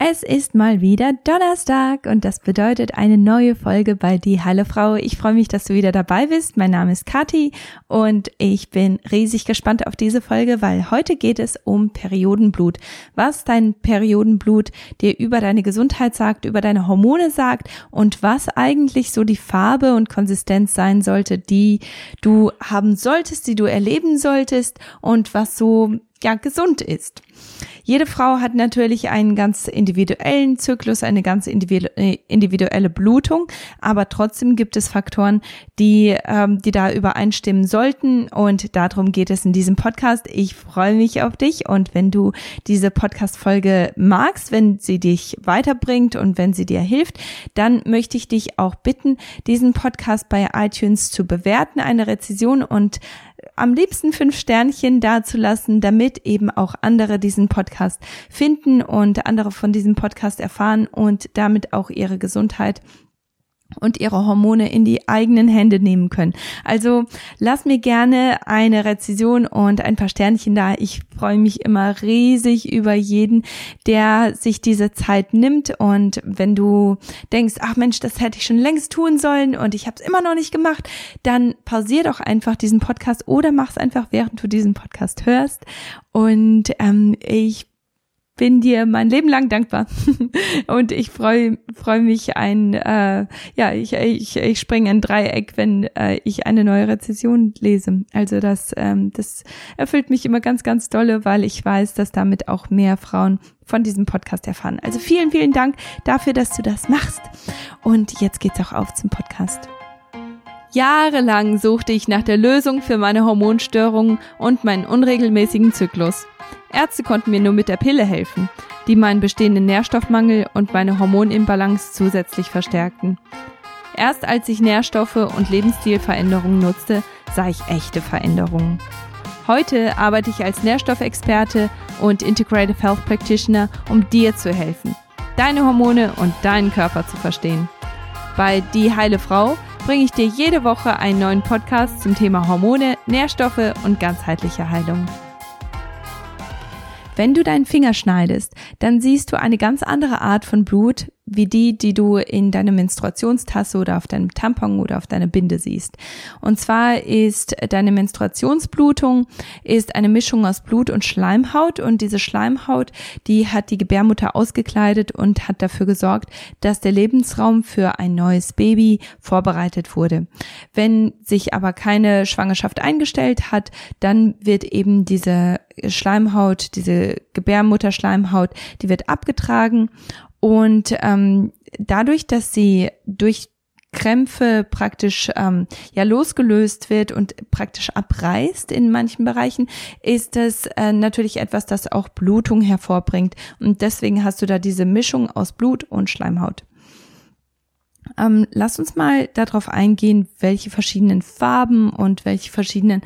Es ist mal wieder Donnerstag und das bedeutet eine neue Folge bei Die Heile Frau. Ich freue mich, dass du wieder dabei bist. Mein Name ist Kathi und ich bin riesig gespannt auf diese Folge, weil heute geht es um Periodenblut. Was dein Periodenblut dir über deine Gesundheit sagt, über deine Hormone sagt und was eigentlich so die Farbe und Konsistenz sein sollte, die du haben solltest, die du erleben solltest und was so gesund ist. Jede Frau hat natürlich einen ganz individuellen Zyklus, eine ganz individuelle Blutung, aber trotzdem gibt es Faktoren, die da übereinstimmen sollten und darum geht es in diesem Podcast. Ich freue mich auf dich und wenn du diese Podcast-Folge magst, wenn sie dich weiterbringt und wenn sie dir hilft, dann möchte ich dich auch bitten, diesen Podcast bei iTunes zu bewerten, eine Rezension und am liebsten 5 Sternchen dazulassen, damit eben auch andere diesen Podcast finden und andere von diesem Podcast erfahren und damit auch ihre Gesundheit und ihre Hormone in die eigenen Hände nehmen können. Also lass mir gerne eine Rezension und ein paar Sternchen da. Ich freue mich immer riesig über jeden, der sich diese Zeit nimmt. Und wenn du denkst, ach Mensch, das hätte ich schon längst tun sollen und ich habe es immer noch nicht gemacht, dann pausier doch einfach diesen Podcast oder mach es einfach, während du diesen Podcast hörst. Und ich bin dir mein Leben lang dankbar und ich freue mich ich springe ein Dreieck, wenn ich eine neue Rezension lese. Also das erfüllt mich immer ganz, ganz dolle, weil ich weiß, dass damit auch mehr Frauen von diesem Podcast erfahren. Also vielen, vielen Dank dafür, dass du das machst. Und jetzt geht's auch auf zum Podcast. Jahrelang suchte ich nach der Lösung für meine Hormonstörungen und meinen unregelmäßigen Zyklus. Ärzte konnten mir nur mit der Pille helfen, die meinen bestehenden Nährstoffmangel und meine Hormonimbalance zusätzlich verstärkten. Erst als ich Nährstoffe und Lebensstilveränderungen nutzte, sah ich echte Veränderungen. Heute arbeite ich als Nährstoffexperte und Integrative Health Practitioner, um dir zu helfen, deine Hormone und deinen Körper zu verstehen. Bei Die Heile Frau bringe ich dir jede Woche einen neuen Podcast zum Thema Hormone, Nährstoffe und ganzheitliche Heilung. Wenn du deinen Finger schneidest, dann siehst du eine ganz andere Art von Blut, wie die du in deiner Menstruationstasse oder auf deinem Tampon oder auf deiner Binde siehst. Und zwar ist deine Menstruationsblutung eine Mischung aus Blut und Schleimhaut und diese Schleimhaut, die hat die Gebärmutter ausgekleidet und hat dafür gesorgt, dass der Lebensraum für ein neues Baby vorbereitet wurde. Wenn sich aber keine Schwangerschaft eingestellt hat, dann wird eben diese Schleimhaut, diese Gebärmutterschleimhaut, die wird abgetragen und dadurch, dass sie durch Krämpfe praktisch losgelöst wird und praktisch abreißt in manchen Bereichen, ist das natürlich etwas, das auch Blutung hervorbringt und deswegen hast du da diese Mischung aus Blut und Schleimhaut. Lass uns mal darauf eingehen, welche verschiedenen Farben und welche verschiedenen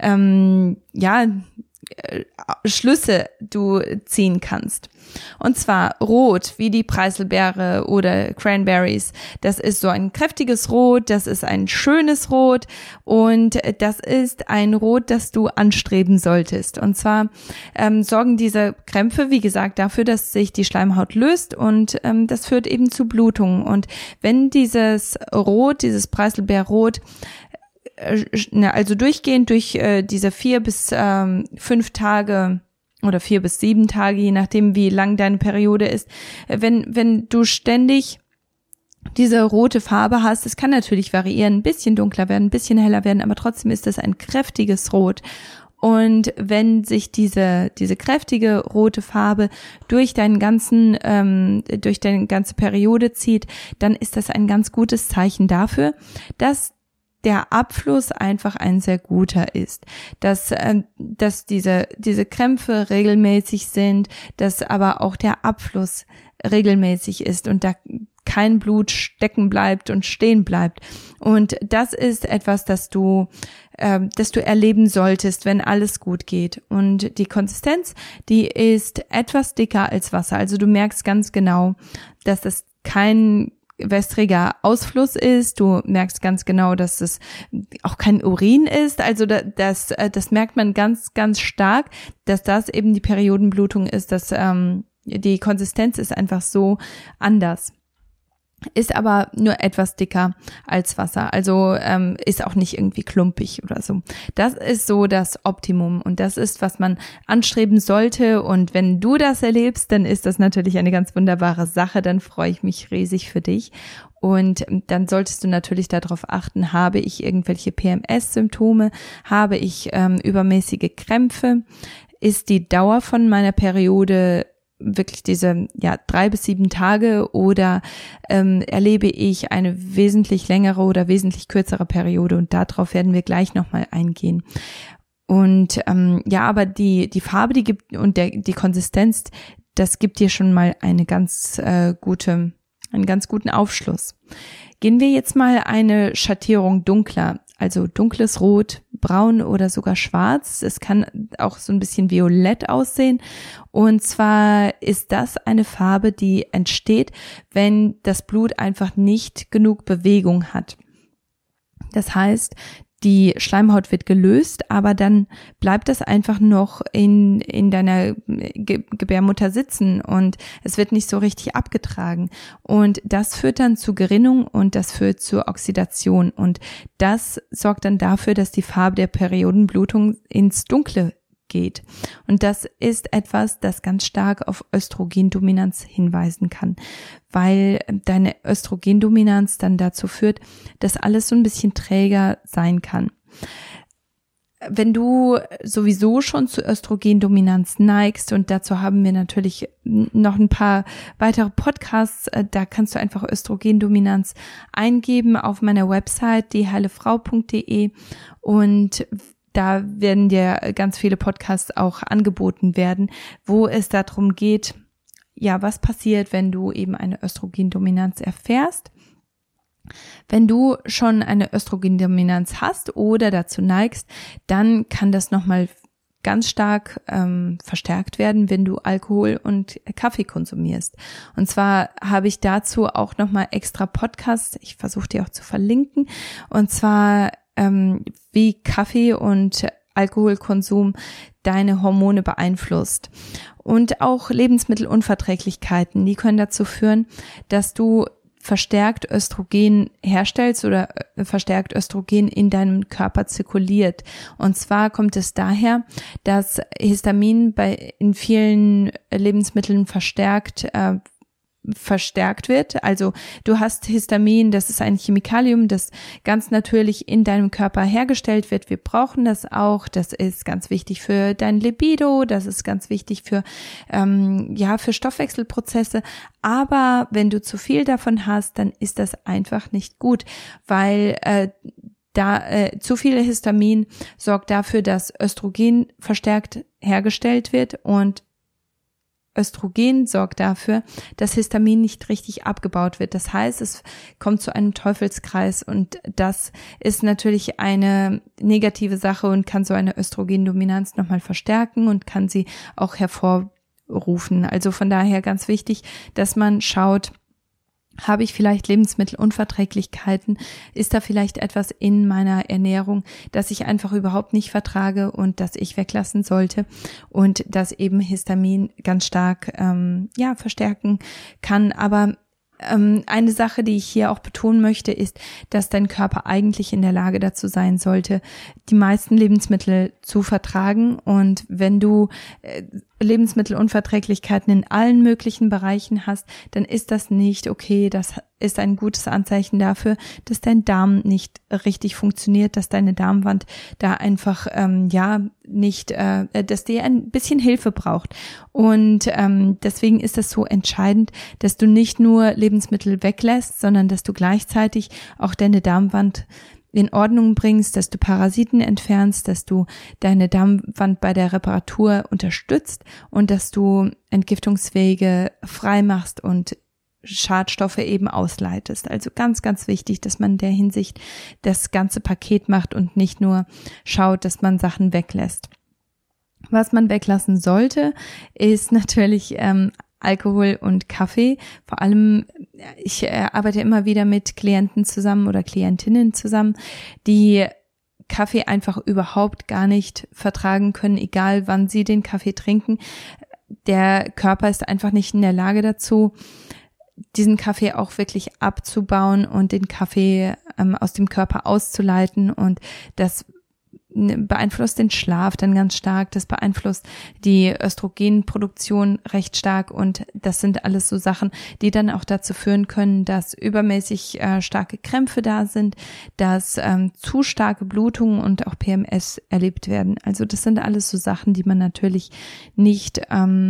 Schlüsse du ziehen kannst. Und zwar rot, wie die Preiselbeere oder Cranberries. Das ist so ein kräftiges Rot, das ist ein schönes Rot und das ist ein Rot, das du anstreben solltest. Und zwar sorgen diese Krämpfe, wie gesagt, dafür, dass sich die Schleimhaut löst und das führt eben zu Blutungen. Und wenn dieses Rot, dieses Preiselbeerrot also durchgehend durch diese 4 bis 5 Tage oder 4 bis 7 Tage, je nachdem wie lang deine Periode ist, wenn du ständig diese rote Farbe hast, es kann natürlich variieren, ein bisschen dunkler werden, ein bisschen heller werden, aber trotzdem ist das ein kräftiges Rot. Und wenn sich diese kräftige rote Farbe durch deine ganze Periode zieht, dann ist das ein ganz gutes Zeichen dafür, dass der Abfluss einfach ein sehr guter ist, dass diese Krämpfe regelmäßig sind, dass aber auch der Abfluss regelmäßig ist und da kein Blut stecken bleibt und stehen bleibt. Und das ist etwas, das du erleben solltest, wenn alles gut geht. Und die Konsistenz, die ist etwas dicker als Wasser. Also du merkst ganz genau, dass das kein wässriger Ausfluss ist. Du merkst ganz genau, dass es auch kein Urin ist. Also das merkt man ganz, ganz stark, dass das eben die Periodenblutung ist, dass die Konsistenz ist einfach so anders. Ist aber nur etwas dicker als Wasser, also ist auch nicht irgendwie klumpig oder so. Das ist so das Optimum und das ist, was man anstreben sollte, und wenn du das erlebst, dann ist das natürlich eine ganz wunderbare Sache, dann freue ich mich riesig für dich. Und dann solltest du natürlich darauf achten, habe ich irgendwelche PMS-Symptome, habe ich übermäßige Krämpfe, ist die Dauer von meiner Periode wirklich diese 3 bis 7 Tage oder erlebe ich eine wesentlich längere oder wesentlich kürzere Periode, und darauf werden wir gleich nochmal eingehen. Und aber die Farbe, die gibt und die Konsistenz, das gibt dir schon mal einen ganz guten Aufschluss. Gehen wir jetzt mal eine Schattierung dunkler, also dunkles Rot, braun oder sogar schwarz. Es kann auch so ein bisschen violett aussehen. Und zwar ist das eine Farbe, die entsteht, wenn das Blut einfach nicht genug Bewegung hat. Das heißt, die Schleimhaut wird gelöst, aber dann bleibt das einfach noch in deiner Gebärmutter sitzen und es wird nicht so richtig abgetragen. Und das führt dann zu Gerinnung und das führt zur Oxidation. Und das sorgt dann dafür, dass die Farbe der Periodenblutung ins Dunkle geht. Und das ist etwas, das ganz stark auf Östrogendominanz hinweisen kann, weil deine Östrogendominanz dann dazu führt, dass alles so ein bisschen träger sein kann. Wenn du sowieso schon zu Östrogendominanz neigst, und dazu haben wir natürlich noch ein paar weitere Podcasts, da kannst du einfach Östrogendominanz eingeben auf meiner Website dieheilefrau.de, und da werden dir ganz viele Podcasts auch angeboten werden, wo es darum geht, was passiert, wenn du eben eine Östrogendominanz erfährst. Wenn du schon eine Östrogendominanz hast oder dazu neigst, dann kann das nochmal ganz stark verstärkt werden, wenn du Alkohol und Kaffee konsumierst. Und zwar habe ich dazu auch nochmal extra Podcasts, ich versuche die auch zu verlinken, und zwar wie Kaffee und Alkoholkonsum deine Hormone beeinflusst. Und auch Lebensmittelunverträglichkeiten, die können dazu führen, dass du verstärkt Östrogen herstellst oder verstärkt Östrogen in deinem Körper zirkuliert. Und zwar kommt es daher, dass Histamin in vielen Lebensmitteln verstärkt wird. Also du hast Histamin, das ist ein Chemikalium, das ganz natürlich in deinem Körper hergestellt wird. Wir brauchen das auch. Das ist ganz wichtig für dein Libido, das ist ganz wichtig für Stoffwechselprozesse. Aber wenn du zu viel davon hast, dann ist das einfach nicht gut, weil zu viel Histamin sorgt dafür, dass Östrogen verstärkt hergestellt wird, und Östrogen sorgt dafür, dass Histamin nicht richtig abgebaut wird. Das heißt, es kommt zu einem Teufelskreis, und das ist natürlich eine negative Sache und kann so eine Östrogendominanz nochmal verstärken und kann sie auch hervorrufen. Also von daher ganz wichtig, dass man schaut, habe ich vielleicht Lebensmittelunverträglichkeiten? Ist da vielleicht etwas in meiner Ernährung, das ich einfach überhaupt nicht vertrage und das ich weglassen sollte, und das eben Histamin ganz stark verstärken kann? Aber eine Sache, die ich hier auch betonen möchte, ist, dass dein Körper eigentlich in der Lage dazu sein sollte, die meisten Lebensmittel zu vertragen. Und wenn du Lebensmittelunverträglichkeiten in allen möglichen Bereichen hast, dann ist das nicht okay. Das ist ein gutes Anzeichen dafür, dass dein Darm nicht richtig funktioniert, dass deine Darmwand da einfach dass die ein bisschen Hilfe braucht. Und deswegen ist es so entscheidend, dass du nicht nur Lebensmittel weglässt, sondern dass du gleichzeitig auch deine Darmwand in Ordnung bringst, dass du Parasiten entfernst, dass du deine Darmwand bei der Reparatur unterstützt und dass du Entgiftungswege frei machst und Schadstoffe eben ausleitest. Also ganz, ganz wichtig, dass man in der Hinsicht das ganze Paket macht und nicht nur schaut, dass man Sachen weglässt. Was man weglassen sollte, ist natürlich Alkohol und Kaffee. Vor allem, ich arbeite immer wieder mit Klienten zusammen oder Klientinnen zusammen, die Kaffee einfach überhaupt gar nicht vertragen können, egal wann sie den Kaffee trinken. der Körper ist einfach nicht in der Lage dazu, diesen Kaffee auch wirklich abzubauen und den Kaffee aus dem Körper auszuleiten, und das beeinflusst den Schlaf dann ganz stark, das beeinflusst die Östrogenproduktion recht stark, und das sind alles so Sachen, die dann auch dazu führen können, dass übermäßig starke Krämpfe da sind, dass zu starke Blutungen und auch PMS erlebt werden. Also das sind alles so Sachen, die man natürlich nicht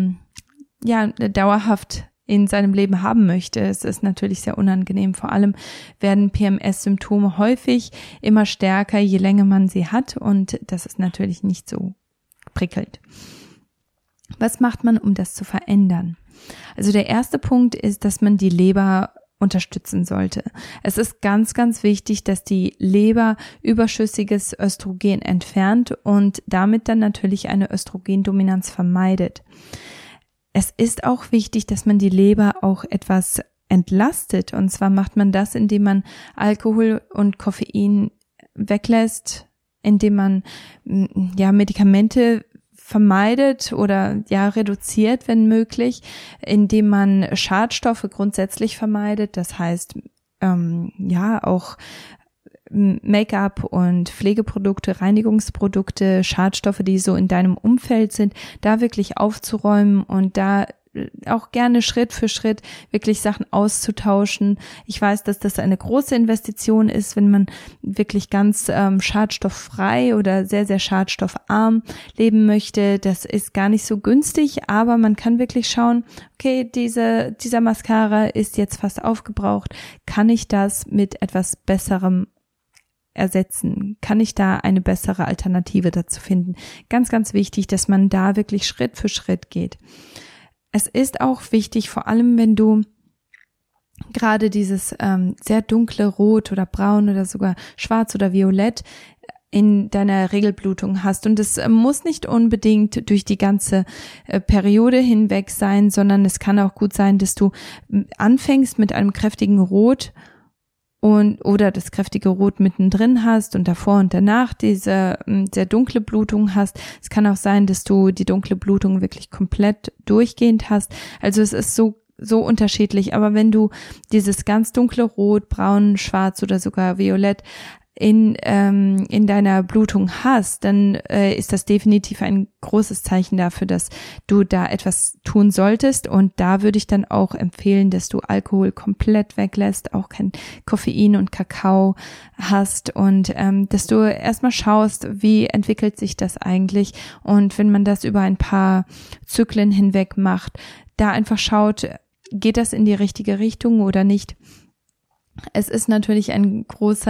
dauerhaft in seinem Leben haben möchte. Es ist natürlich sehr unangenehm. Vor allem werden PMS-Symptome häufig immer stärker, je länger man sie hat, und das ist natürlich nicht so prickelnd. Was macht man, um das zu verändern? Also der erste Punkt ist, dass man die Leber unterstützen sollte. Es ist ganz, ganz wichtig, dass die Leber überschüssiges Östrogen entfernt und damit dann natürlich eine Östrogendominanz vermeidet. Es ist auch wichtig, dass man die Leber auch etwas entlastet, und zwar macht man das, indem man Alkohol und Koffein weglässt, indem man Medikamente vermeidet oder reduziert, wenn möglich, indem man Schadstoffe grundsätzlich vermeidet, das heißt auch Make-up und Pflegeprodukte, Reinigungsprodukte, Schadstoffe, die so in deinem Umfeld sind, da wirklich aufzuräumen und da auch gerne Schritt für Schritt wirklich Sachen auszutauschen. Ich weiß, dass das eine große Investition ist, wenn man wirklich ganz schadstofffrei oder sehr, sehr schadstoffarm leben möchte. Das ist gar nicht so günstig, aber man kann wirklich schauen, okay, dieser Mascara ist jetzt fast aufgebraucht. Kann ich das mit etwas Besserem ersetzen? Kann ich da eine bessere Alternative dazu finden? Ganz, ganz wichtig, dass man da wirklich Schritt für Schritt geht. Es ist auch wichtig, vor allem wenn du gerade dieses sehr dunkle Rot oder Braun oder sogar Schwarz oder Violett in deiner Regelblutung hast. Und es muss nicht unbedingt durch die ganze Periode hinweg sein, sondern es kann auch gut sein, dass du anfängst mit einem kräftigen Rot oder das kräftige Rot mittendrin hast und davor und danach diese sehr dunkle Blutung hast. Es kann auch sein, dass du die dunkle Blutung wirklich komplett durchgehend hast. Also es ist so unterschiedlich. Aber wenn du dieses ganz dunkle Rot, Braun, Schwarz oder sogar Violett in deiner Blutung hast, dann ist das definitiv ein großes Zeichen dafür, dass du da etwas tun solltest. Und da würde ich dann auch empfehlen, dass du Alkohol komplett weglässt, auch kein Koffein und Kakao hast, und dass du erstmal schaust, wie entwickelt sich das eigentlich, und wenn man das über ein paar Zyklen hinweg macht, da einfach schaut, geht das in die richtige Richtung oder nicht. Es ist natürlich ein großes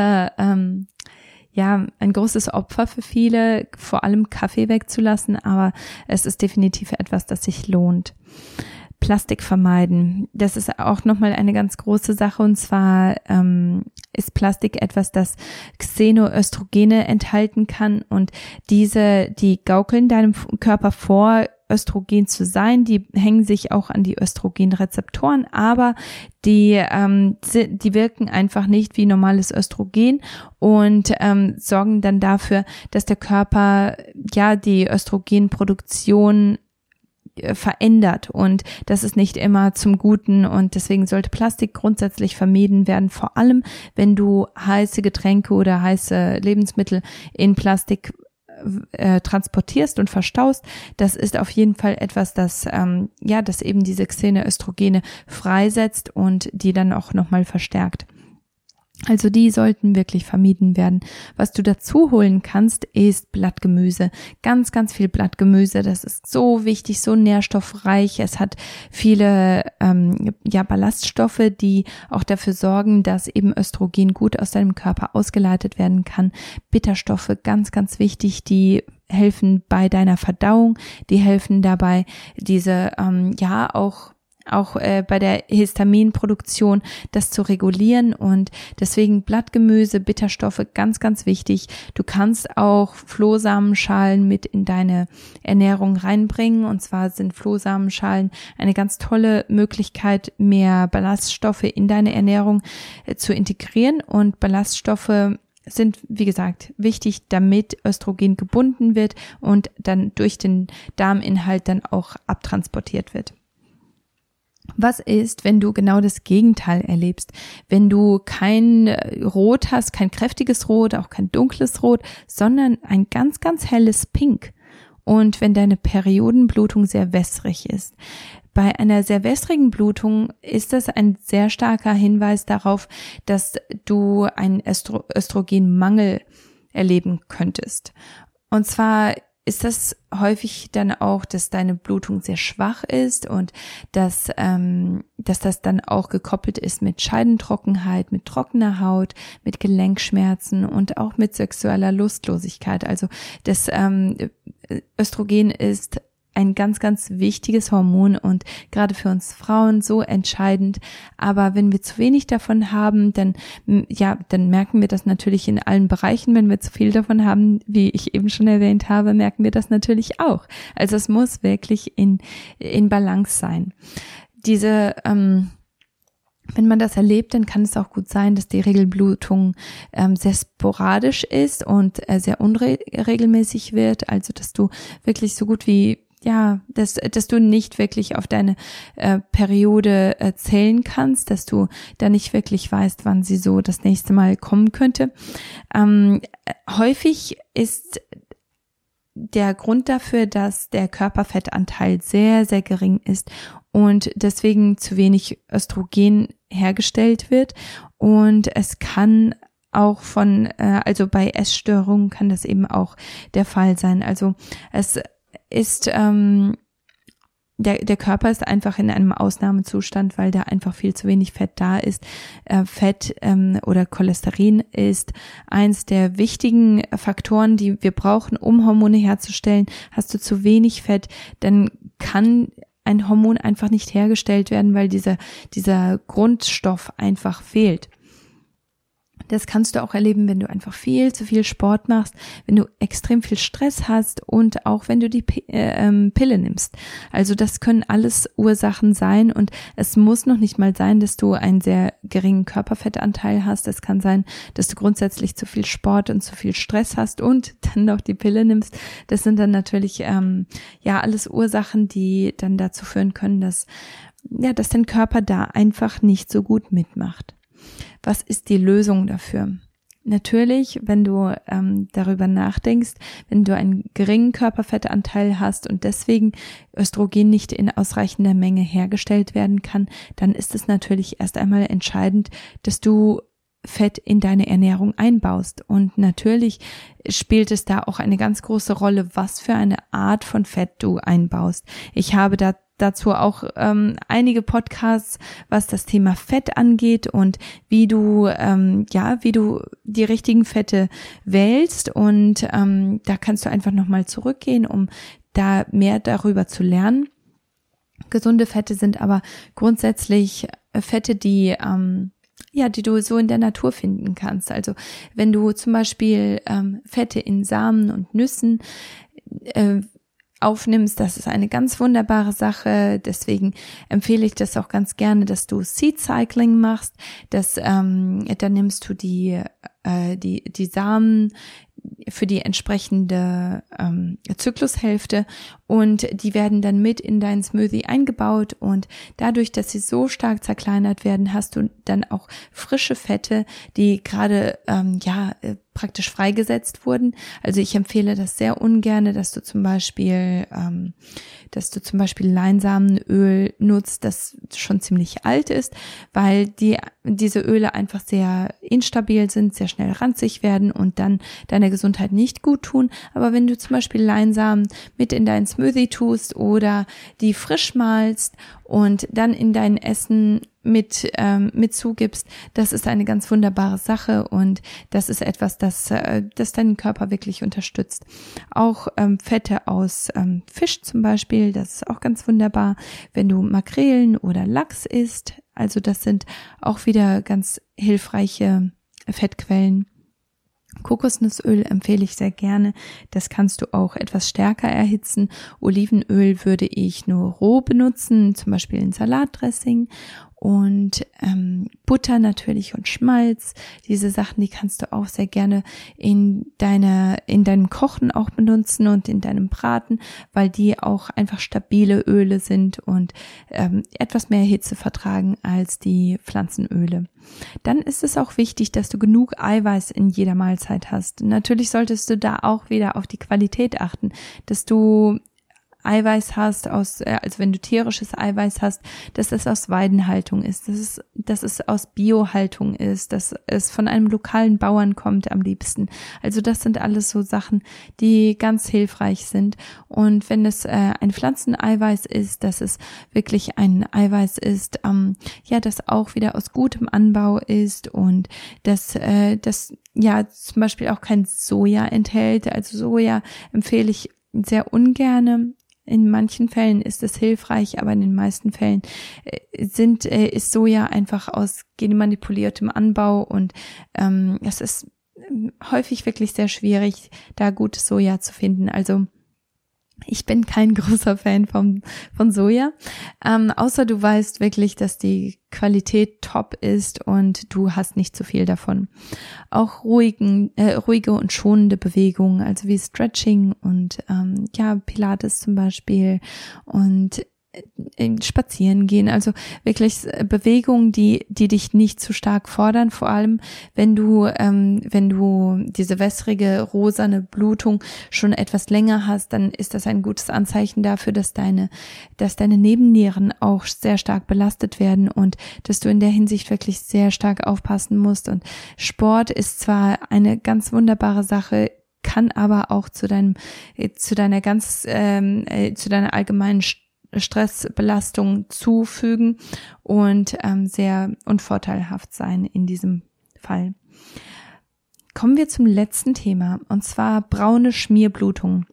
Opfer für viele, vor allem Kaffee wegzulassen, aber es ist definitiv etwas, das sich lohnt. Plastik vermeiden. Das ist auch nochmal eine ganz große Sache, und zwar ist Plastik etwas, das Xenoöstrogene enthalten kann, und die gaukeln deinem Körper vor, Östrogen zu sein, die hängen sich auch an die Östrogenrezeptoren, aber die wirken einfach nicht wie normales Östrogen und sorgen dann dafür, dass der Körper die Östrogenproduktion verändert, und das ist nicht immer zum Guten, und deswegen sollte Plastik grundsätzlich vermieden werden, vor allem wenn du heiße Getränke oder heiße Lebensmittel in Plastik transportierst und verstaust. Das ist auf jeden Fall etwas, das eben diese Xenoöstrogene freisetzt und die dann auch nochmal verstärkt. Also die sollten wirklich vermieden werden. Was du dazu holen kannst, ist Blattgemüse. Ganz, ganz viel Blattgemüse. Das ist so wichtig, so nährstoffreich. Es hat viele Ballaststoffe, die auch dafür sorgen, dass eben Östrogen gut aus deinem Körper ausgeleitet werden kann. Bitterstoffe, ganz, ganz wichtig, die helfen bei deiner Verdauung. Die helfen dabei, diese auch bei der Histaminproduktion das zu regulieren, und deswegen Blattgemüse, Bitterstoffe, ganz, ganz wichtig. Du kannst auch Flohsamenschalen mit in deine Ernährung reinbringen, und zwar sind Flohsamenschalen eine ganz tolle Möglichkeit, mehr Ballaststoffe in deine Ernährung zu integrieren, und Ballaststoffe sind, wie gesagt, wichtig, damit Östrogen gebunden wird und dann durch den Darminhalt dann auch abtransportiert wird. Was ist, wenn du genau das Gegenteil erlebst? Wenn du kein Rot hast, kein kräftiges Rot, auch kein dunkles Rot, sondern ein ganz, ganz helles Pink. Und wenn deine Periodenblutung sehr wässrig ist. Bei einer sehr wässrigen Blutung ist das ein sehr starker Hinweis darauf, dass du einen Östrogenmangel erleben könntest. Und zwar ist das häufig dann auch, dass deine Blutung sehr schwach ist und dass das dann auch gekoppelt ist mit Scheidentrockenheit, mit trockener Haut, mit Gelenkschmerzen und auch mit sexueller Lustlosigkeit. Also das Östrogen ist ein ganz, ganz wichtiges Hormon und gerade für uns Frauen so entscheidend. Aber wenn wir zu wenig davon haben, dann merken wir das natürlich in allen Bereichen. Wenn wir zu viel davon haben, wie ich eben schon erwähnt habe, merken wir das natürlich auch. Also es muss wirklich in Balance sein. Wenn man das erlebt, dann kann es auch gut sein, dass die Regelblutung sehr sporadisch ist und sehr unregelmäßig wird. Also dass du wirklich so gut wie dass du nicht wirklich auf deine Periode zählen kannst, dass du da nicht wirklich weißt, wann sie so das nächste Mal kommen könnte. Häufig ist der Grund dafür, dass der Körperfettanteil sehr, sehr gering ist und deswegen zu wenig Östrogen hergestellt wird. Und es kann auch also bei Essstörungen kann das eben auch der Fall sein. Also es ist, der Körper ist einfach in einem Ausnahmezustand, weil da einfach viel zu wenig Fett da ist. Fett oder Cholesterin ist eins der wichtigen Faktoren, die wir brauchen, um Hormone herzustellen. Hast du zu wenig Fett, dann kann ein Hormon einfach nicht hergestellt werden, weil dieser Grundstoff einfach fehlt. Das kannst du auch erleben, wenn du einfach viel zu viel Sport machst, wenn du extrem viel Stress hast und auch wenn du die Pille nimmst. Also das können alles Ursachen sein und es muss noch nicht mal sein, dass du einen sehr geringen Körperfettanteil hast. Es kann sein, dass du grundsätzlich zu viel Sport und zu viel Stress hast und dann noch die Pille nimmst. Das sind dann natürlich alles Ursachen, die dann dazu führen können, dass dein Körper da einfach nicht so gut mitmacht. Was ist die Lösung dafür? Natürlich, wenn du darüber nachdenkst, wenn du einen geringen Körperfettanteil hast und deswegen Östrogen nicht in ausreichender Menge hergestellt werden kann, dann ist es natürlich erst einmal entscheidend, dass du Fett in deine Ernährung einbaust. Und natürlich spielt es da auch eine ganz große Rolle, was für eine Art von Fett du einbaust. Ich habe dazu auch einige Podcasts, was das Thema Fett angeht und wie du die richtigen Fette wählst. Und da kannst du einfach nochmal zurückgehen, um da mehr darüber zu lernen. Gesunde Fette sind aber grundsätzlich Fette, die du so in der Natur finden kannst. Also wenn du zum Beispiel Fette in Samen und Nüssen aufnimmst, das ist eine ganz wunderbare Sache. Deswegen empfehle ich das auch ganz gerne, dass du Seed Cycling machst. Dann nimmst du die Samen für die entsprechende Zyklushälfte und die werden dann mit in deinen Smoothie eingebaut und dadurch, dass sie so stark zerkleinert werden, hast du dann auch frische Fette, die gerade praktisch freigesetzt wurden. Also ich empfehle das sehr ungerne, dass du zum Beispiel Leinsamenöl nutzt, das schon ziemlich alt ist, weil diese Öle einfach sehr instabil sind, sehr schnell ranzig werden und dann deiner Gesundheit nicht gut tun. Aber wenn du zum Beispiel Leinsamen mit in deinen Smoothie tust oder die frisch mahlst und dann in dein Essen mit zugibst, das ist eine ganz wunderbare Sache und das ist etwas, das deinen Körper wirklich unterstützt. Auch Fette aus Fisch zum Beispiel, das ist auch ganz wunderbar, wenn du Makrelen oder Lachs isst. Also das sind auch wieder ganz hilfreiche Fettquellen. Kokosnussöl empfehle ich sehr gerne. Das kannst du auch etwas stärker erhitzen. Olivenöl würde ich nur roh benutzen, zum Beispiel in Salatdressing. und Butter natürlich und Schmalz. Diese Sachen, die kannst du auch sehr gerne in deinem Kochen auch benutzen und in deinem Braten, weil die auch einfach stabile Öle sind und etwas mehr Hitze vertragen als die Pflanzenöle. Dann ist es auch wichtig, dass du genug Eiweiß in jeder Mahlzeit hast. Natürlich solltest du da auch wieder auf die Qualität achten, dass du Eiweiß hast also wenn du tierisches Eiweiß hast, dass es aus Weidenhaltung ist, dass es aus Biohaltung ist, dass es von einem lokalen Bauern kommt am liebsten. Also das sind alles so Sachen, die ganz hilfreich sind. Und wenn es ein Pflanzeneiweiß ist, dass es wirklich ein Eiweiß ist, das auch wieder aus gutem Anbau ist und dass zum Beispiel auch kein Soja enthält. Also Soja empfehle ich sehr ungerne. In manchen Fällen ist es hilfreich, aber in den meisten Fällen ist Soja einfach aus genmanipuliertem Anbau und es ist häufig wirklich sehr schwierig, da gutes Soja zu finden. Also ich bin kein großer Fan von Soja, außer du weißt wirklich, dass die Qualität top ist und du hast nicht so viel davon. Auch ruhige und schonende Bewegungen, also wie Stretching und Pilates zum Beispiel und spazieren gehen, also wirklich Bewegungen, die dich nicht zu stark fordern, vor allem wenn du diese wässrige rosane Blutung schon etwas länger hast, dann ist das ein gutes Anzeichen dafür, dass deine Nebennieren auch sehr stark belastet werden und dass du in der Hinsicht wirklich sehr stark aufpassen musst. Und Sport ist zwar eine ganz wunderbare Sache, kann aber auch zu deiner allgemeinen Stressbelastung zufügen und sehr unvorteilhaft sein in diesem Fall. Kommen wir zum letzten Thema, und zwar braune Schmierblutung.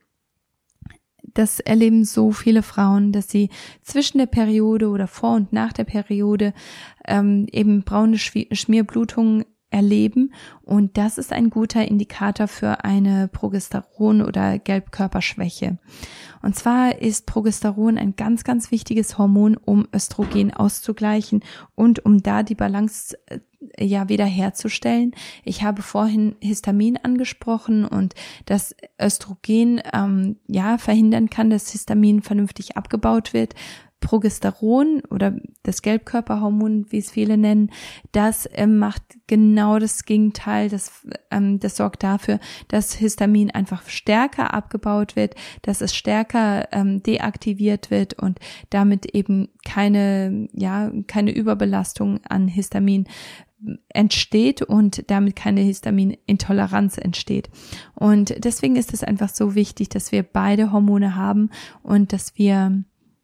Das erleben so viele Frauen, dass sie zwischen der Periode oder vor und nach der Periode eben braune Schmierblutung erleben, und das ist ein guter Indikator für eine Progesteron- oder Gelbkörperschwäche. Und zwar ist Progesteron ein ganz, ganz wichtiges Hormon, um Östrogen auszugleichen und um da die Balance wiederherzustellen. Ich habe vorhin Histamin angesprochen und dass Östrogen verhindern kann, dass Histamin vernünftig abgebaut wird. Progesteron oder das Gelbkörperhormon, wie es viele nennen, das macht genau das Gegenteil. Das sorgt dafür, dass Histamin einfach stärker abgebaut wird, dass es stärker deaktiviert wird und damit eben keine Überbelastung an Histamin entsteht und damit keine Histaminintoleranz entsteht. Und deswegen ist es einfach so wichtig, dass wir beide Hormone haben und dass wir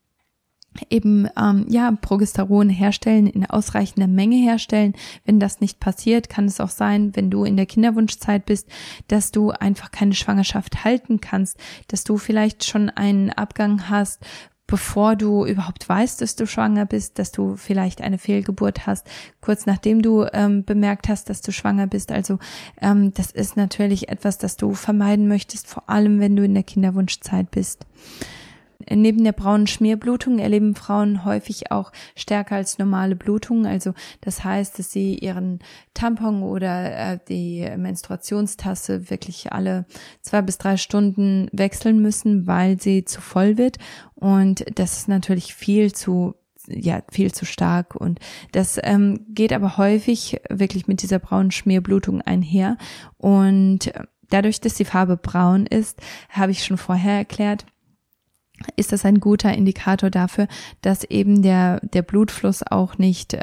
eben Progesteron herstellen, in ausreichender Menge herstellen. Wenn das nicht passiert, kann es auch sein, wenn du in der Kinderwunschzeit bist, dass du einfach keine Schwangerschaft halten kannst, dass du vielleicht schon einen Abgang hast, bevor du überhaupt weißt, dass du schwanger bist, dass du vielleicht eine Fehlgeburt hast, kurz nachdem du bemerkt hast, dass du schwanger bist. Also das ist natürlich etwas, das du vermeiden möchtest, vor allem wenn du in der Kinderwunschzeit bist. Neben der braunen Schmierblutung erleben Frauen häufig auch stärker als normale Blutungen. Also das heißt, dass sie ihren Tampon oder die Menstruationstasse wirklich alle 2 bis 3 Stunden wechseln müssen, weil sie zu voll wird. Und das ist natürlich viel zu stark, und das geht aber häufig wirklich mit dieser braunen Schmierblutung einher. Und dadurch, dass die Farbe braun ist, habe ich schon vorher erklärt, ist das ein guter Indikator dafür, dass eben der Blutfluss auch nicht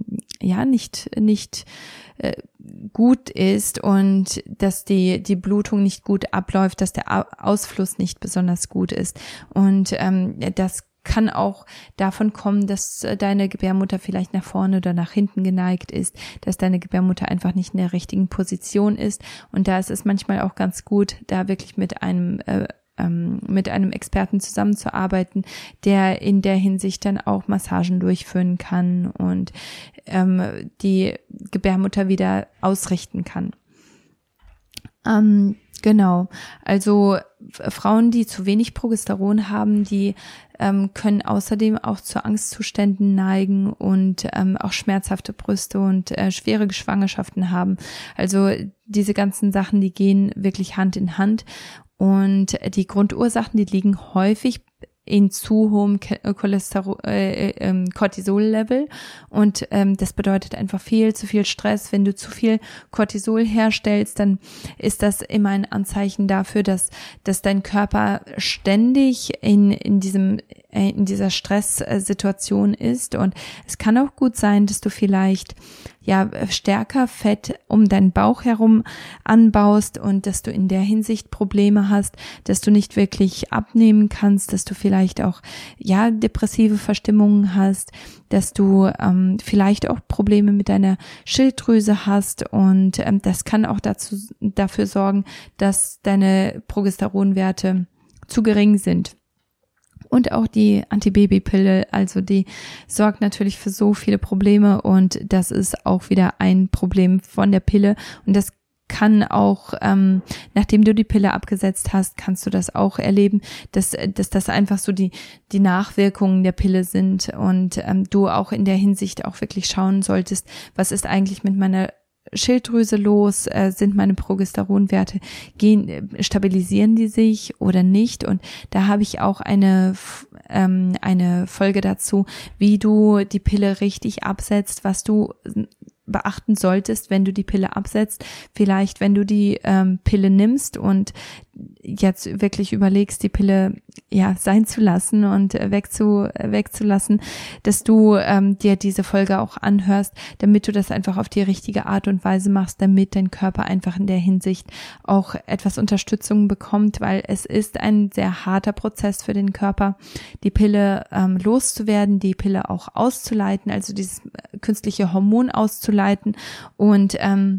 gut ist und dass die Blutung nicht gut abläuft, dass der Ausfluss nicht besonders gut ist. Und das kann auch davon kommen, dass deine Gebärmutter vielleicht nach vorne oder nach hinten geneigt ist, dass deine Gebärmutter einfach nicht in der richtigen Position ist. Und da ist es manchmal auch ganz gut, da wirklich mit einem Experten zusammenzuarbeiten, der in der Hinsicht dann auch Massagen durchführen kann und die Gebärmutter wieder ausrichten kann. Genau, also Frauen, die zu wenig Progesteron haben, die können außerdem auch zu Angstzuständen neigen und auch schmerzhafte Brüste und schwere Schwangerschaften haben. Also diese ganzen Sachen, die gehen wirklich Hand in Hand, und die Grundursachen, die liegen häufig in zu hohem Cortisol-Level, und das bedeutet einfach viel zu viel Stress. Wenn du zu viel Cortisol herstellst, dann ist das immer ein Anzeichen dafür, dass dein Körper ständig in dieser Stresssituation ist, und es kann auch gut sein, dass du vielleicht stärker Fett um deinen Bauch herum anbaust und dass du in der Hinsicht Probleme hast, dass du nicht wirklich abnehmen kannst, dass du vielleicht auch depressive Verstimmungen hast, dass du vielleicht auch Probleme mit deiner Schilddrüse hast, und das kann auch dafür sorgen, dass deine Progesteronwerte zu gering sind. Und auch die Antibabypille, also die sorgt natürlich für so viele Probleme, und das ist auch wieder ein Problem von der Pille, und das kann auch, nachdem du die Pille abgesetzt hast, kannst du das auch erleben, dass das einfach so die Nachwirkungen der Pille sind, und du auch in der Hinsicht auch wirklich schauen solltest, was ist eigentlich mit meiner Schilddrüse los, sind meine Progesteronwerte, stabilisieren die sich oder nicht? Und da habe ich auch eine Folge dazu, wie du die Pille richtig absetzt, was du beachten solltest, wenn du die Pille absetzt. Vielleicht, wenn du die Pille nimmst und jetzt wirklich überlegst, die Pille sein zu lassen und wegzulassen, dass du dir diese Folge auch anhörst, damit du das einfach auf die richtige Art und Weise machst, damit dein Körper einfach in der Hinsicht auch etwas Unterstützung bekommt, weil es ist ein sehr harter Prozess für den Körper, die Pille loszuwerden, die Pille auch auszuleiten, also dieses künstliche Hormon auszuleiten, und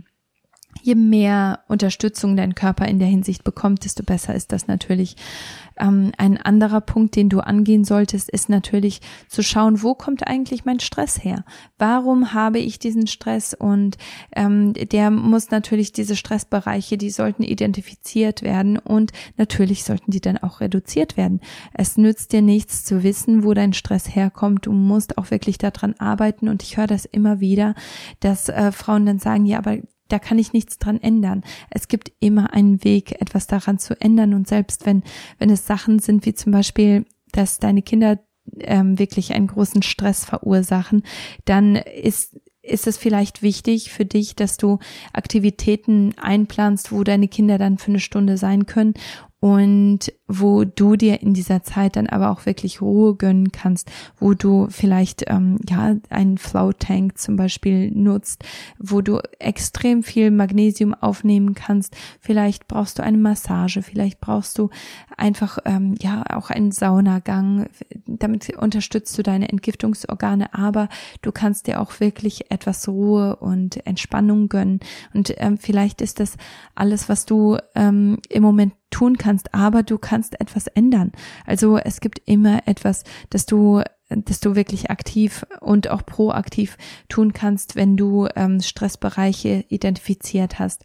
je mehr Unterstützung dein Körper in der Hinsicht bekommt, desto besser ist das natürlich. Ein anderer Punkt, den du angehen solltest, ist natürlich zu schauen, wo kommt eigentlich mein Stress her? Warum habe ich diesen Stress? Und der muss natürlich, diese Stressbereiche, die sollten identifiziert werden, und natürlich sollten die dann auch reduziert werden. Es nützt dir nichts zu wissen, wo dein Stress herkommt. Du musst auch wirklich daran arbeiten, und ich höre das immer wieder, dass Frauen dann sagen, aber da kann ich nichts dran ändern. Es gibt immer einen Weg, etwas daran zu ändern, und selbst wenn es Sachen sind, wie zum Beispiel, dass deine Kinder wirklich einen großen Stress verursachen, dann ist es vielleicht wichtig für dich, dass du Aktivitäten einplanst, wo deine Kinder dann für eine Stunde sein können, und wo du dir in dieser Zeit dann aber auch wirklich Ruhe gönnen kannst, wo du vielleicht einen Flow-Tank zum Beispiel nutzt, wo du extrem viel Magnesium aufnehmen kannst. Vielleicht brauchst du eine Massage, vielleicht brauchst du einfach auch einen Saunagang. Damit unterstützt du deine Entgiftungsorgane, aber du kannst dir auch wirklich etwas Ruhe und Entspannung gönnen. Und vielleicht ist das alles, was du im Moment tun kannst, aber du kannst etwas ändern. Also es gibt immer etwas, dass du wirklich aktiv und auch proaktiv tun kannst, wenn du Stressbereiche identifiziert hast.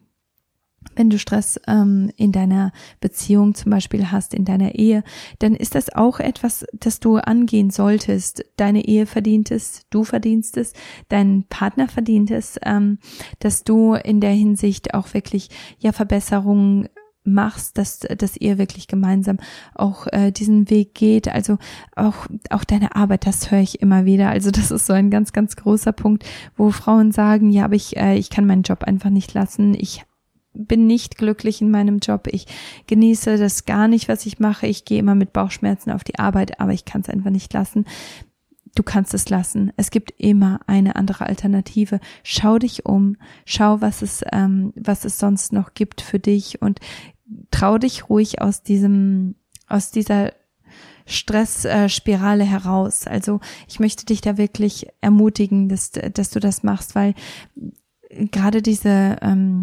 Wenn du Stress in deiner Beziehung zum Beispiel hast, in deiner Ehe, dann ist das auch etwas, das du angehen solltest. Deine Ehe verdient es, du verdienst es, dein Partner verdient es, dass du in der Hinsicht auch wirklich Verbesserungen machst, dass ihr wirklich gemeinsam auch diesen Weg geht. Also auch deine Arbeit, das höre ich immer wieder. Also das ist so ein ganz, ganz großer Punkt, wo Frauen sagen, aber ich kann meinen Job einfach nicht lassen. Ich bin nicht glücklich in meinem Job. Ich genieße das gar nicht, was ich mache. Ich gehe immer mit Bauchschmerzen auf die Arbeit, aber ich kann es einfach nicht lassen. Du kannst es lassen. Es gibt immer eine andere Alternative. Schau dich um, schau, was es sonst noch gibt für dich, und trau dich ruhig aus dieser Stressspirale heraus. Also ich möchte dich da wirklich ermutigen, dass du das machst, weil gerade diese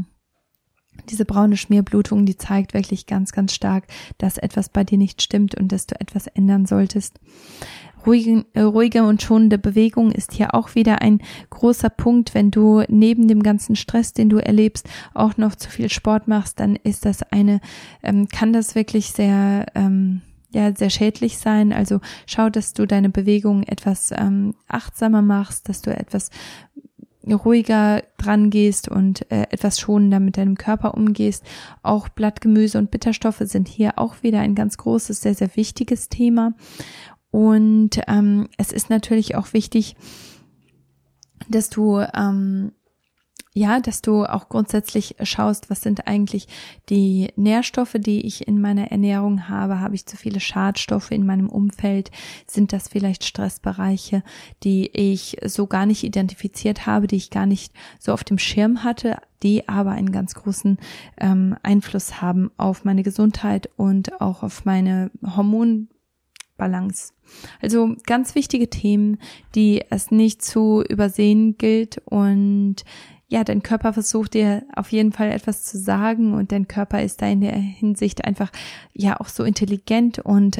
braune Schmierblutung, die zeigt wirklich ganz, ganz stark, dass etwas bei dir nicht stimmt und dass du etwas ändern solltest. ruhige und schonende Bewegung ist hier auch wieder ein großer Punkt. Wenn du neben dem ganzen Stress, den du erlebst, auch noch zu viel Sport machst, dann ist das kann das wirklich sehr schädlich sein. Also schau, dass du deine Bewegung etwas achtsamer machst, dass du etwas ruhiger dran gehst und etwas schonender mit deinem Körper umgehst. Auch Blattgemüse und Bitterstoffe sind hier auch wieder ein ganz großes, sehr, sehr wichtiges Thema. Und es ist natürlich auch wichtig, dass du auch grundsätzlich schaust, was sind eigentlich die Nährstoffe, die ich in meiner Ernährung habe. Habe ich zu viele Schadstoffe in meinem Umfeld? Sind das vielleicht Stressbereiche, die ich so gar nicht identifiziert habe, die ich gar nicht so auf dem Schirm hatte, die aber einen ganz großen Einfluss haben auf meine Gesundheit und auch auf meine Hormonbalance. Also ganz wichtige Themen, die es nicht zu übersehen gilt, und ja, dein Körper versucht dir auf jeden Fall etwas zu sagen, und dein Körper ist da in der Hinsicht einfach ja auch so intelligent, und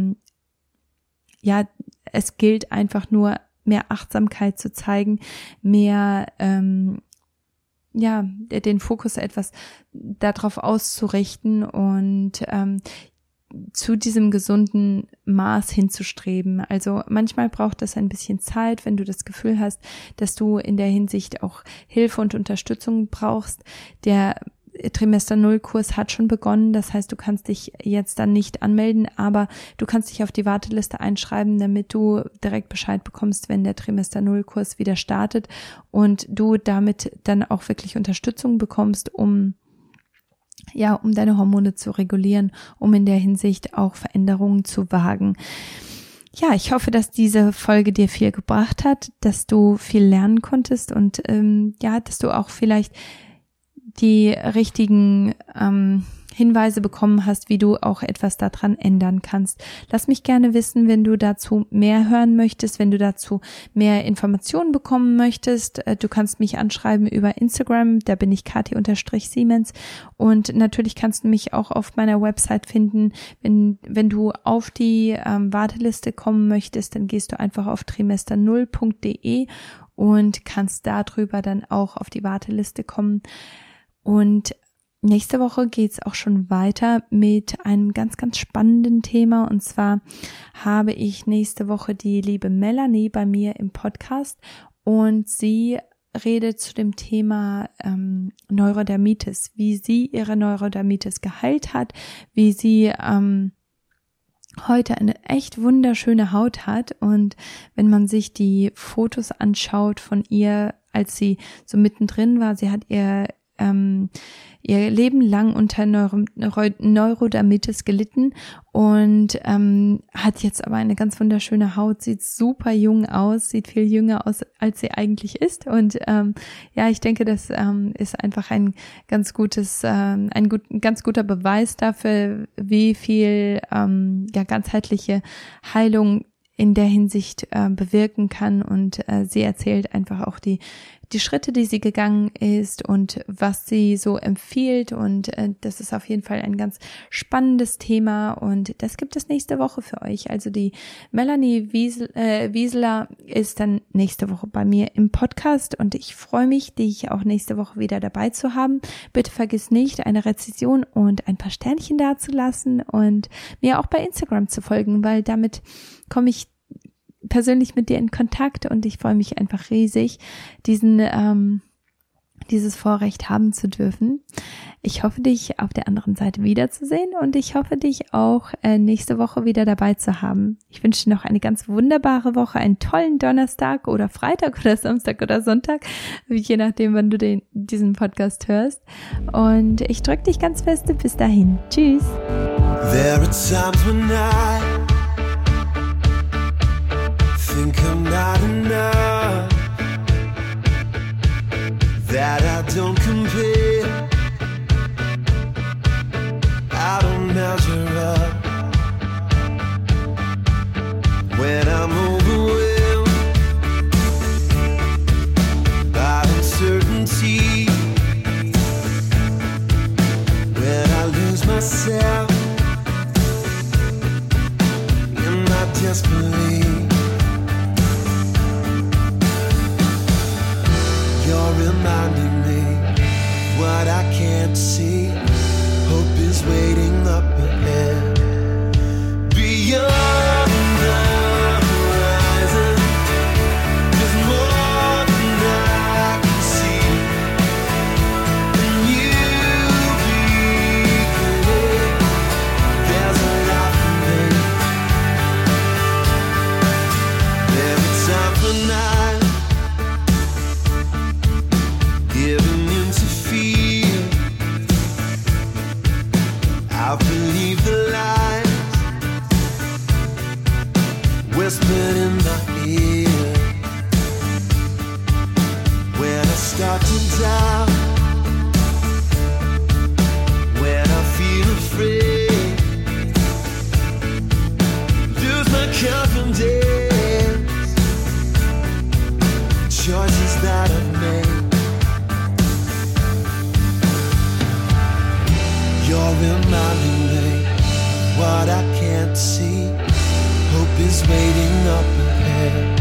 es gilt einfach nur mehr Achtsamkeit zu zeigen, mehr den Fokus etwas darauf auszurichten und zu diesem gesunden Maß hinzustreben. Also manchmal braucht das ein bisschen Zeit, wenn du das Gefühl hast, dass du in der Hinsicht auch Hilfe und Unterstützung brauchst. Der Trimester 0 Kurs hat schon begonnen, das heißt, du kannst dich jetzt dann nicht anmelden, aber du kannst dich auf die Warteliste einschreiben, damit du direkt Bescheid bekommst, wenn der Trimester 0 Kurs wieder startet und du damit dann auch wirklich Unterstützung bekommst, um deine Hormone zu regulieren, um in der Hinsicht auch Veränderungen zu wagen. Ja, ich hoffe, dass diese Folge dir viel gebracht hat, dass du viel lernen konntest und dass du auch vielleicht die richtigen Hinweise bekommen hast, wie du auch etwas daran ändern kannst. Lass mich gerne wissen, wenn du dazu mehr hören möchtest, wenn du dazu mehr Informationen bekommen möchtest. Du kannst mich anschreiben über Instagram, da bin ich Kathi_Siemens, und natürlich kannst du mich auch auf meiner Website finden. Wenn du auf die Warteliste kommen möchtest, dann gehst du einfach auf trimester0.de und kannst darüber dann auch auf die Warteliste kommen. Und nächste Woche geht's auch schon weiter mit einem ganz, ganz spannenden Thema. Und zwar habe ich nächste Woche die liebe Melanie bei mir im Podcast, und sie redet zu dem Thema Neurodermitis, wie sie ihre Neurodermitis geheilt hat, wie sie heute eine echt wunderschöne Haut hat. Und wenn man sich die Fotos anschaut von ihr, als sie so mittendrin war, sie hat ihr Leben lang unter Neurodermitis gelitten und hat jetzt aber eine ganz wunderschöne Haut, sieht super jung aus, sieht viel jünger aus, als sie eigentlich ist. Und ich denke, das ist einfach ein ganz guter Beweis dafür, wie viel ganzheitliche Heilung in der Hinsicht bewirken kann. Und sie erzählt einfach auch die Schritte, die sie gegangen ist und was sie so empfiehlt, und das ist auf jeden Fall ein ganz spannendes Thema, und das gibt es nächste Woche für euch. Also die Melanie Wieseler ist dann nächste Woche bei mir im Podcast, und ich freue mich, dich auch nächste Woche wieder dabei zu haben. Bitte vergiss nicht, eine Rezension und ein paar Sternchen dazulassen und mir auch bei Instagram zu folgen, weil damit komme ich persönlich mit dir in Kontakt, und ich freue mich einfach riesig, dieses Vorrecht haben zu dürfen. Ich hoffe, dich auf der anderen Seite wiederzusehen, und ich hoffe, dich auch nächste Woche wieder dabei zu haben. Ich wünsche dir noch eine ganz wunderbare Woche, einen tollen Donnerstag oder Freitag oder Samstag oder Sonntag, je nachdem, wann du diesen Podcast hörst. Und ich drücke dich ganz fest. Bis dahin. Tschüss. There are times when I think I'm not enough, that I don't compare, I don't measure up. When I'm overwhelmed by uncertainty, when I lose myself in my disbelief, can't see. Hope is waiting up ahead. Beyond the horizon, there's more than I can see. And you be clear, there's a lot for me. Every time for night, giving in to fear. I believe the lies whispered in my ear. When I start to doubt, when I feel afraid, lose my confidence, choices that I've made. You're reminding me what I can't see. Hope is waiting up ahead.